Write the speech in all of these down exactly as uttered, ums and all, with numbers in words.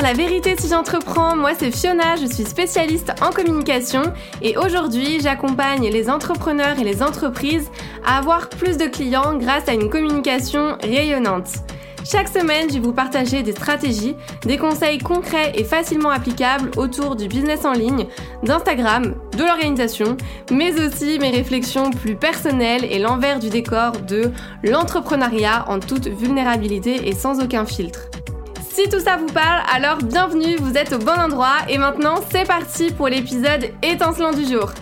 La vérité si j'entreprends, moi c'est Fiona, je suis spécialiste en communication et aujourd'hui j'accompagne les entrepreneurs et les entreprises à avoir plus de clients grâce à une communication rayonnante. Chaque semaine, je vais vous partager des stratégies, des conseils concrets et facilement applicables autour du business en ligne, d'Instagram, de l'organisation, mais aussi mes réflexions plus personnelles et l'envers du décor de l'entrepreneuriat en toute vulnérabilité et sans aucun filtre. Si tout ça vous parle, alors bienvenue, vous êtes au bon endroit et maintenant c'est parti pour l'épisode étincelant du jour.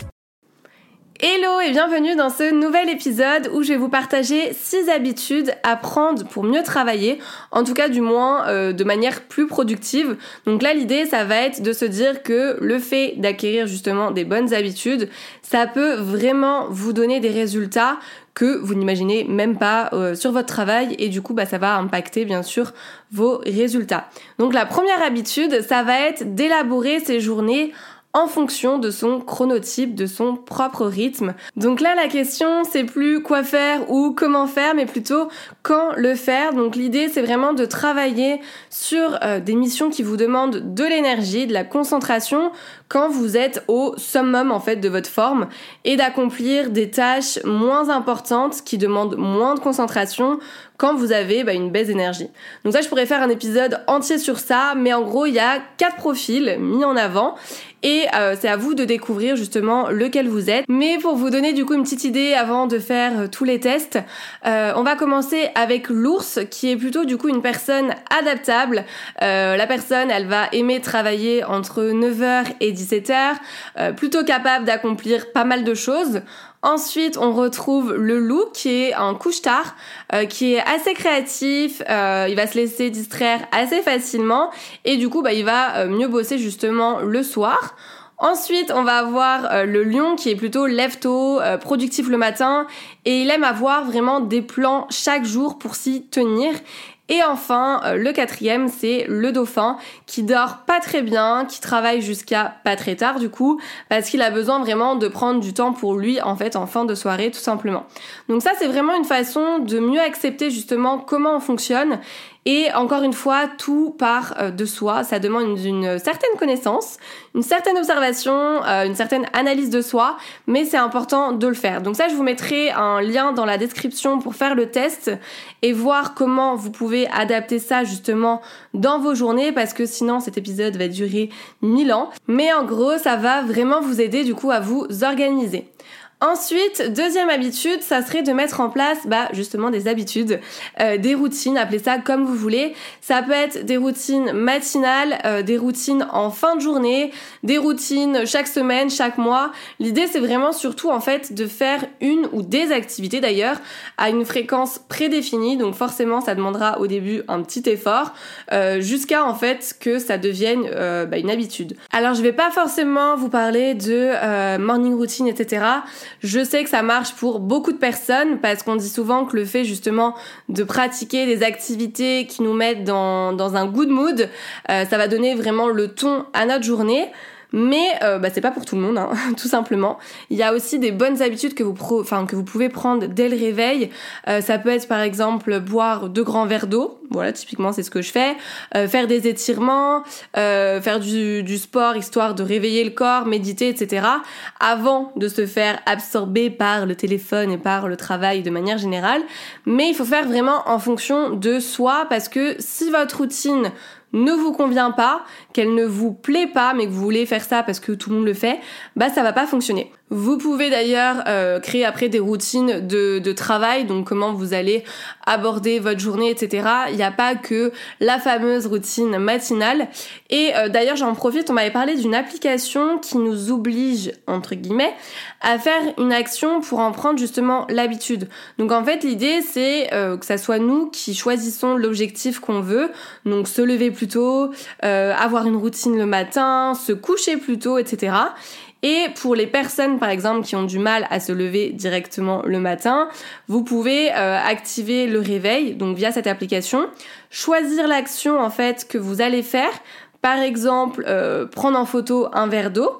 Hello et bienvenue dans ce nouvel épisode où je vais vous partager six habitudes à prendre pour mieux travailler, en tout cas du moins euh, de manière plus productive. Donc là l'idée ça va être de se dire que le fait d'acquérir justement des bonnes habitudes, ça peut vraiment vous donner des résultats que vous n'imaginez même pas euh, sur votre travail et du coup bah, ça va impacter bien sûr vos résultats. Donc la première habitude ça va être d'élaborer ses journées en fonction de son chronotype, de son propre rythme. Donc là, la question, c'est plus quoi faire ou comment faire, mais plutôt quand le faire. Donc l'idée, c'est vraiment de travailler sur euh, des missions qui vous demandent de l'énergie, de la concentration, quand vous êtes au summum en fait de votre forme, et d'accomplir des tâches moins importantes qui demandent moins de concentration quand vous avez bah, une baisse d'énergie. Donc ça, je pourrais faire un épisode entier sur ça, mais en gros, il y a quatre profils mis en avant et euh, c'est à vous de découvrir justement lequel vous êtes. Mais pour vous donner du coup une petite idée avant de faire euh, tous les tests, euh, on va commencer avec l'ours qui est plutôt du coup une personne adaptable. Euh, la personne, elle va aimer travailler entre neuf heures et dix-sept heures, euh, plutôt capable d'accomplir pas mal de choses. Ensuite, on retrouve le loup qui est un couche-tard, euh, qui est assez créatif, euh, il va se laisser distraire assez facilement et du coup, bah, il va euh, mieux bosser justement le soir. Ensuite, on va avoir euh, le lion qui est plutôt lève-tôt, euh, productif le matin et il aime avoir vraiment des plans chaque jour pour s'y tenir. Et enfin, euh, le quatrième, c'est le dauphin qui dort pas très bien, qui travaille jusqu'à pas très tard du coup, parce qu'il a besoin vraiment de prendre du temps pour lui en fait en fin de soirée tout simplement. Donc ça, c'est vraiment une façon de mieux accepter justement comment on fonctionne. Et encore une fois, tout part euh, de soi, ça demande une, une certaine connaissance, une certaine observation, euh, une certaine analyse de soi, mais c'est important de le faire. Donc ça, je vous mettrai un lien dans la description pour faire le test et voir comment vous pouvez adapter ça justement dans vos journées, parce que sinon cet épisode va durer mille ans. Mais en gros, ça va vraiment vous aider du coup à vous organiser. Ensuite, deuxième habitude, ça serait de mettre en place bah, justement des habitudes, euh, des routines, appelez ça comme vous voulez. Ça peut être des routines matinales, euh, des routines en fin de journée, des routines chaque semaine, chaque mois. L'idée, c'est vraiment surtout en fait de faire une ou des activités d'ailleurs à une fréquence prédéfinie. Donc forcément, ça demandera au début un petit effort euh, jusqu'à en fait que ça devienne euh, bah, une habitude. Alors, je vais pas forcément vous parler de euh, morning routine, et cetera. Je sais que ça marche pour beaucoup de personnes parce qu'on dit souvent que le fait justement de pratiquer des activités qui nous mettent dans, dans un good mood, euh, ça va donner vraiment le ton à notre journée. Mais euh, bah, c'est pas pour tout le monde, hein, tout simplement. Il y a aussi des bonnes habitudes que vous, pro- enfin, que vous pouvez prendre dès le réveil. Euh, ça peut être par exemple boire deux grands verres d'eau. Voilà, typiquement c'est ce que je fais. Euh, faire des étirements, euh, faire du, du sport histoire de réveiller le corps, méditer, et cetera. Avant de se faire absorber par le téléphone et par le travail de manière générale. Mais il faut faire vraiment en fonction de soi parce que si votre routine ne vous convient pas, qu'elle ne vous plaît pas, mais que vous voulez faire ça parce que tout le monde le fait, bah ça va pas fonctionner. Vous pouvez d'ailleurs euh, créer après des routines de, de travail, donc comment vous allez aborder votre journée, et cetera. Il n'y a pas que la fameuse routine matinale. Et euh, d'ailleurs, j'en profite, on m'avait parlé d'une application qui nous oblige, entre guillemets, à faire une action pour en prendre justement l'habitude. Donc en fait, l'idée, c'est euh, que ça soit nous qui choisissons l'objectif qu'on veut, donc se lever plus tôt, euh, avoir une routine le matin, se coucher plus tôt, et cetera. Et pour les personnes, par exemple, qui ont du mal à se lever directement le matin, vous pouvez euh, activer le réveil, donc via cette application, choisir l'action en fait que vous allez faire, par exemple, euh, prendre en photo un verre d'eau,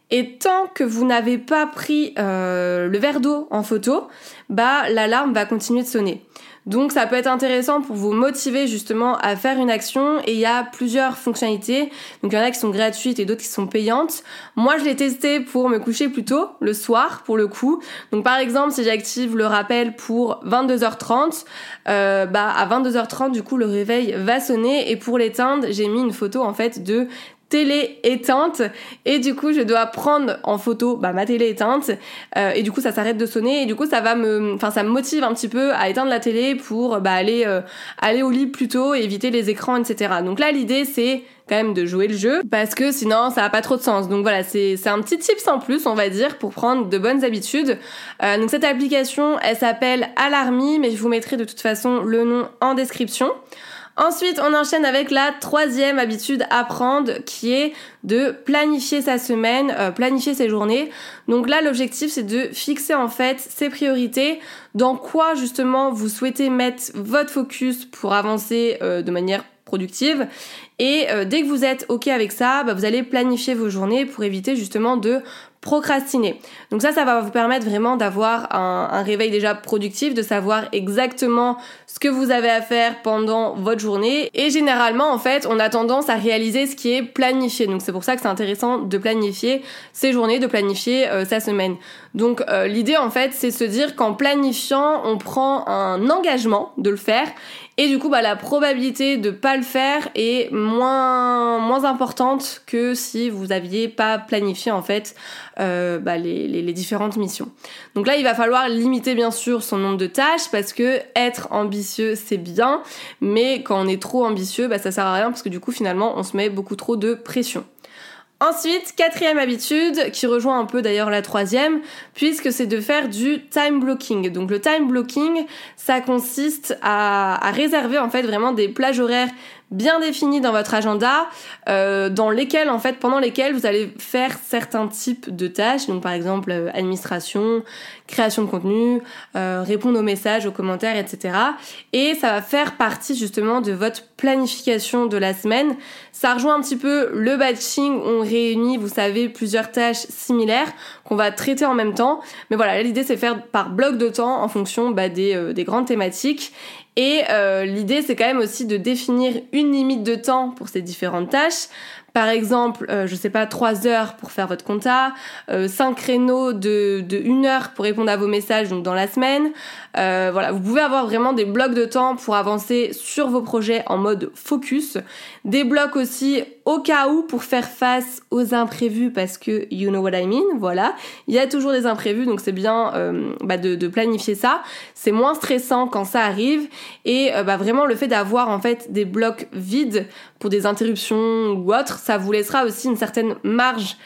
Et tant que vous n'avez pas pris euh, le verre d'eau en photo, bah l'alarme va continuer de sonner. Donc ça peut être intéressant pour vous motiver justement à faire une action, et il y a plusieurs fonctionnalités. Donc il y en a qui sont gratuites et d'autres qui sont payantes. Moi je l'ai testé pour me coucher plus tôt, le soir pour le coup. Donc par exemple si j'active le rappel pour vingt-deux heures trente, euh, bah à vingt-deux heures trente du coup le réveil va sonner, et pour l'éteindre j'ai mis une photo en fait de télé éteinte, et du coup je dois prendre en photo bah, ma télé éteinte, euh, et du coup ça s'arrête de sonner, et du coup ça va me enfin ça me motive un petit peu à éteindre la télé pour bah aller euh, aller au lit plus tôt et éviter les écrans, etc. Donc là l'idée c'est quand même de jouer le jeu, parce que sinon ça a pas trop de sens. Donc voilà, c'est c'est un petit tips en plus on va dire pour prendre de bonnes habitudes. Euh, donc cette application elle s'appelle Alarmy, mais je vous mettrai de toute façon le nom en description. Ensuite, on enchaîne avec la troisième habitude à prendre, qui est de planifier sa semaine, euh, planifier ses journées. Donc là, l'objectif, c'est de fixer en fait ses priorités, dans quoi justement vous souhaitez mettre votre focus pour avancer euh, de manière productive. Et euh, dès que vous êtes OK avec ça, bah, vous allez planifier vos journées pour éviter justement de procrastiner. Donc ça, ça va vous permettre vraiment d'avoir un, un réveil déjà productif, de savoir exactement ce que vous avez à faire pendant votre journée. Et généralement, en fait, on a tendance à réaliser ce qui est planifié. Donc c'est pour ça que c'est intéressant de planifier ses journées, de planifier euh, sa semaine. Donc euh, l'idée, en fait, c'est se dire qu'en planifiant, on prend un engagement de le faire. Et du coup, bah, la probabilité de pas le faire est moins, moins importante que si vous aviez pas planifié, en fait, euh, bah, les, les, les différentes missions. Donc là, il va falloir limiter, bien sûr, son nombre de tâches, parce que être ambitieux, c'est bien, mais quand on est trop ambitieux, bah, ça sert à rien, parce que du coup, finalement, on se met beaucoup trop de pression. Ensuite, quatrième habitude, qui rejoint un peu d'ailleurs la troisième, puisque c'est de faire du time blocking. Donc le time blocking, ça consiste à, à réserver en fait vraiment des plages horaires bien définies dans votre agenda, euh, dans lesquelles en fait, pendant lesquelles vous allez faire certains types de tâches. Donc par exemple euh, administration, création de contenu, euh, répondre aux messages, aux commentaires, et cetera. Et ça va faire partie justement de votre planification de la semaine. Ça rejoint un petit peu le batching, on réunit, vous savez, plusieurs tâches similaires qu'on va traiter en même temps. Mais voilà, là, l'idée c'est de faire par bloc de temps en fonction bah, des, euh, des grandes thématiques. Et euh, l'idée c'est quand même aussi de définir une limite de temps pour ces différentes tâches. Par exemple, euh, je sais pas, trois heures pour faire votre compta, euh, cinq créneaux de, de une heure pour répondre à vos messages donc dans la semaine. Euh, voilà, vous pouvez avoir vraiment des blocs de temps pour avancer sur vos projets en mode focus. Des blocs aussi au cas où pour faire face aux imprévus, parce que you know what I mean, voilà. Il y a toujours des imprévus, donc c'est bien euh, bah de, de planifier ça. C'est moins stressant quand ça arrive, et euh, bah vraiment le fait d'avoir en fait des blocs vides pour des interruptions ou autres, ça vous laissera aussi une certaine marge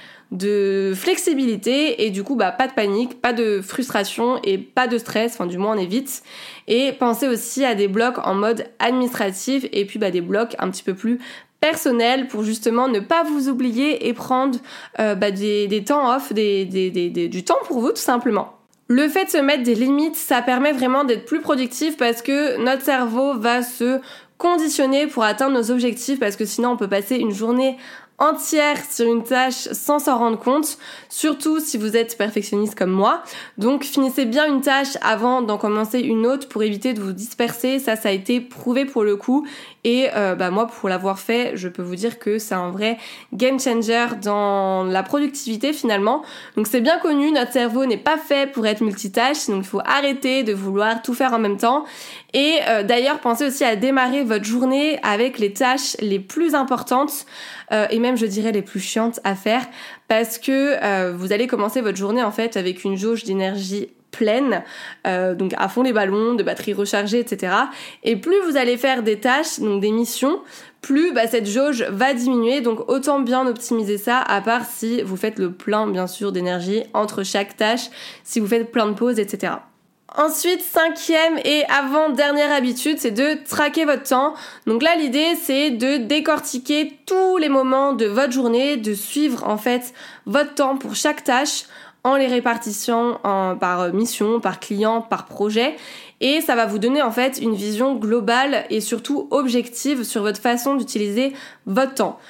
de flexibilité, et du coup bah pas de panique, pas de frustration et pas de stress, enfin du moins on évite. Et pensez aussi à des blocs en mode administratif, et puis bah des blocs un petit peu plus personnels pour justement ne pas vous oublier et prendre euh, bah des, des temps off, des, des, des, des, du temps pour vous tout simplement. Le fait de se mettre des limites, ça permet vraiment d'être plus productif, parce que notre cerveau va se conditionner pour atteindre nos objectifs, parce que sinon on peut passer une journée entière sur une tâche sans s'en rendre compte, surtout si vous êtes perfectionniste comme moi. Donc finissez bien une tâche avant d'en commencer une autre pour éviter de vous disperser. Ça, ça a été prouvé pour le coup, et euh, bah moi pour l'avoir fait, je peux vous dire que c'est un vrai game changer dans la productivité finalement. Donc c'est bien connu, notre cerveau n'est pas fait pour être multitâche, donc il faut arrêter de vouloir tout faire en même temps. Et euh, d'ailleurs, pensez aussi à démarrer votre journée avec les tâches les plus importantes, euh, et même je dirais les plus chiantes à faire, parce que euh, vous allez commencer votre journée en fait avec une jauge d'énergie pleine, euh, donc à fond les ballons, de batterie rechargée, et cetera. Et plus vous allez faire des tâches, donc des missions, plus bah, cette jauge va diminuer, donc autant bien optimiser ça, à part si vous faites le plein bien sûr d'énergie entre chaque tâche, si vous faites plein de pauses, et cetera. Ensuite, cinquième et avant-dernière habitude, c'est de traquer votre temps. Donc là, l'idée, c'est de décortiquer tous les moments de votre journée, de suivre en fait votre temps pour chaque tâche en les répartissant en, par mission, par client, par projet. Et ça va vous donner en fait une vision globale et surtout objective sur votre façon d'utiliser votre temps.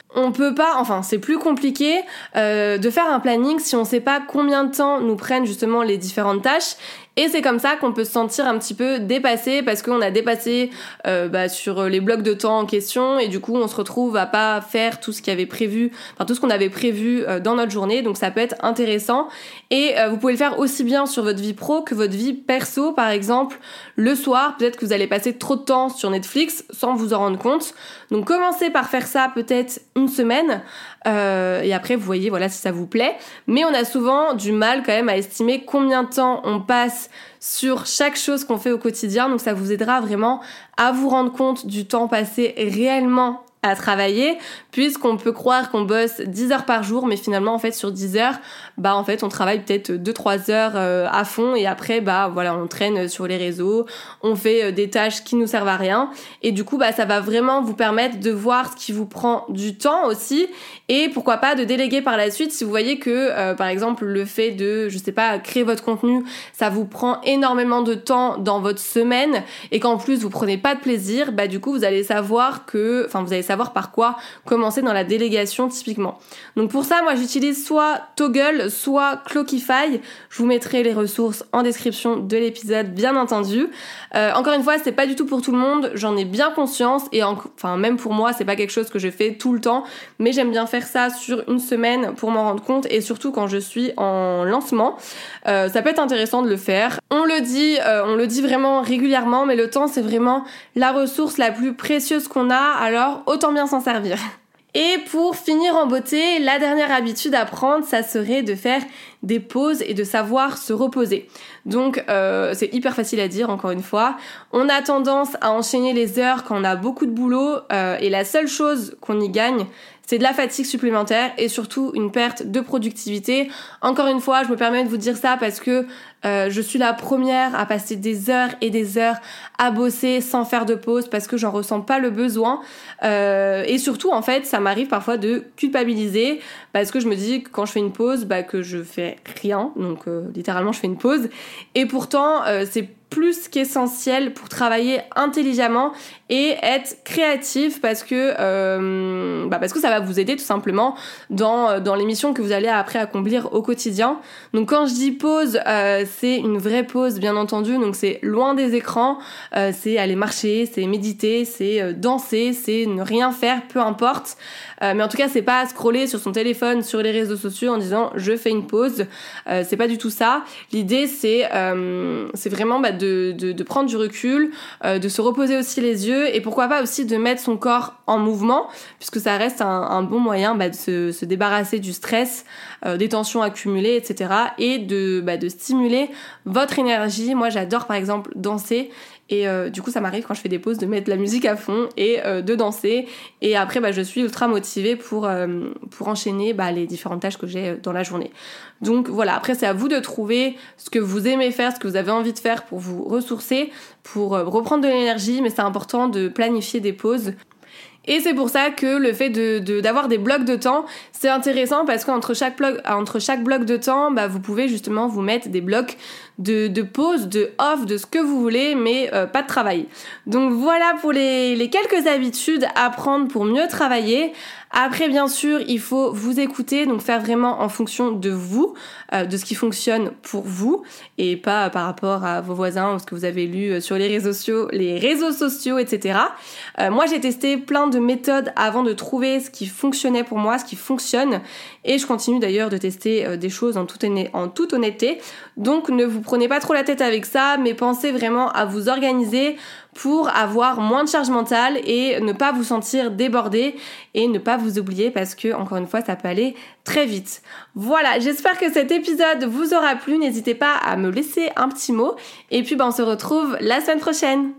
on peut pas, enfin c'est plus compliqué euh, de faire un planning si on sait pas combien de temps nous prennent justement les différentes tâches. Et c'est comme ça qu'on peut se sentir un petit peu dépassé parce qu'on a dépassé euh, bah, sur les blocs de temps en question et du coup on se retrouve à pas faire tout ce qui avait prévu, enfin tout ce qu'on avait prévu euh, dans notre journée. Donc ça peut être intéressant et euh, vous pouvez le faire aussi bien sur votre vie pro que votre vie perso. Par exemple, le soir, peut-être que vous allez passer trop de temps sur Netflix sans vous en rendre compte. Donc commencez par faire ça peut-être une semaine euh, et après vous voyez voilà si ça vous plaît. Mais on a souvent du mal quand même à estimer combien de temps on passe sur chaque chose qu'on fait au quotidien, donc ça vous aidera vraiment à vous rendre compte du temps passé réellement à travailler, puisqu'on peut croire qu'on bosse dix heures par jour, mais finalement en fait sur dix heures, bah en fait on travaille peut-être deux trois heures euh, à fond et après bah voilà on traîne sur les réseaux, on fait euh, des tâches qui nous servent à rien et du coup bah ça va vraiment vous permettre de voir ce qui vous prend du temps aussi et pourquoi pas de déléguer par la suite si vous voyez que euh, par exemple le fait de je sais pas créer votre contenu ça vous prend énormément de temps dans votre semaine et qu'en plus vous prenez pas de plaisir, bah du coup vous allez savoir que enfin vous allez savoir par quoi commencer dans la délégation typiquement. Donc pour ça, moi j'utilise soit Toggl, soit Clockify. Je vous mettrai les ressources en description de l'épisode, bien entendu. Euh, encore une fois, c'est pas du tout pour tout le monde, j'en ai bien conscience et en... enfin même pour moi, c'est pas quelque chose que je fais tout le temps, mais j'aime bien faire ça sur une semaine pour m'en rendre compte et surtout quand je suis en lancement. Euh, ça peut être intéressant de le faire. On le dit, euh, on le dit vraiment régulièrement, mais le temps c'est vraiment la ressource la plus précieuse qu'on a, alors autant bien s'en servir. Et pour finir en beauté, la dernière habitude à prendre, ça serait de faire des pauses et de savoir se reposer. Donc euh, c'est hyper facile à dire encore une fois. On a tendance à enchaîner les heures quand on a beaucoup de boulot euh, et la seule chose qu'on y gagne, c'est de la fatigue supplémentaire et surtout une perte de productivité. Encore une fois, je me permets de vous dire ça parce que euh, je suis la première à passer des heures et des heures à bosser sans faire de pause parce que j'en ressens pas le besoin. Euh, et surtout, en fait, ça m'arrive parfois de culpabiliser parce que je me dis que quand je fais une pause, bah, que je fais rien. Donc, euh, littéralement, je fais une pause. Et pourtant, euh, c'est plus qu'essentiel pour travailler intelligemment et être créatif parce que euh, bah parce que ça va vous aider tout simplement dans dans les missions que vous allez après accomplir au quotidien. Donc quand je dis pause, euh, c'est une vraie pause bien entendu. Donc c'est loin des écrans, euh, c'est aller marcher, c'est méditer, c'est euh, danser, c'est ne rien faire, peu importe. Euh, mais en tout cas c'est pas scroller sur son téléphone, sur les réseaux sociaux en disant je fais une pause. Euh, c'est pas du tout ça. L'idée c'est euh, c'est vraiment bah, de, de de prendre du recul, euh, de se reposer aussi les yeux et pourquoi pas aussi de mettre son corps en mouvement puisque ça reste un, un bon moyen bah, de se, se débarrasser du stress, euh, des tensions accumulées, et cetera et de bah, de stimuler votre énergie. Moi j'adore par exemple danser. Et euh, du coup ça m'arrive quand je fais des pauses de mettre la musique à fond et euh, de danser et après bah, je suis ultra motivée pour, euh, pour enchaîner bah, les différentes tâches que j'ai dans la journée. Donc voilà, après c'est à vous de trouver ce que vous aimez faire, ce que vous avez envie de faire pour vous ressourcer, pour euh, reprendre de l'énergie, mais c'est important de planifier des pauses. Et c'est pour ça que le fait de, de d'avoir des blocs de temps, c'est intéressant parce qu'entre chaque bloc, entre chaque bloc de temps, bah vous pouvez justement vous mettre des blocs de, de pause, de off, de ce que vous voulez, mais euh, pas de travail. Donc voilà pour les, les quelques habitudes à prendre pour mieux travailler. Après, bien sûr, il faut vous écouter, donc faire vraiment en fonction de vous, euh, de ce qui fonctionne pour vous, et pas par rapport à vos voisins ou ce que vous avez lu sur les réseaux sociaux, les réseaux sociaux, et cetera. Euh, moi, j'ai testé plein de méthodes avant de trouver ce qui fonctionnait pour moi, ce qui fonctionne, et je continue d'ailleurs de tester euh, des choses en toute, en toute honnêteté. Donc, ne vous prenez pas trop la tête avec ça, mais pensez vraiment à vous organiser pour avoir moins de charge mentale et ne pas vous sentir débordé et ne pas vous oublier parce que, encore une fois, ça peut aller très vite. Voilà, j'espère que cet épisode vous aura plu. N'hésitez pas à me laisser un petit mot et puis ben, on se retrouve la semaine prochaine.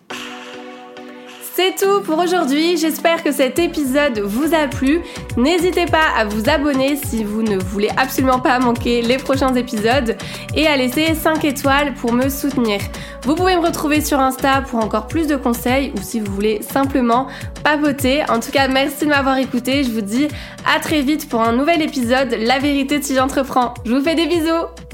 C'est tout pour aujourd'hui, j'espère que cet épisode vous a plu. N'hésitez pas à vous abonner si vous ne voulez absolument pas manquer les prochains épisodes et à laisser cinq étoiles pour me soutenir. Vous pouvez me retrouver sur Insta pour encore plus de conseils ou si vous voulez simplement papoter. En tout cas, merci de m'avoir écouté. Je vous dis à très vite pour un nouvel épisode La vérité si j'entreprends. Je vous fais des bisous.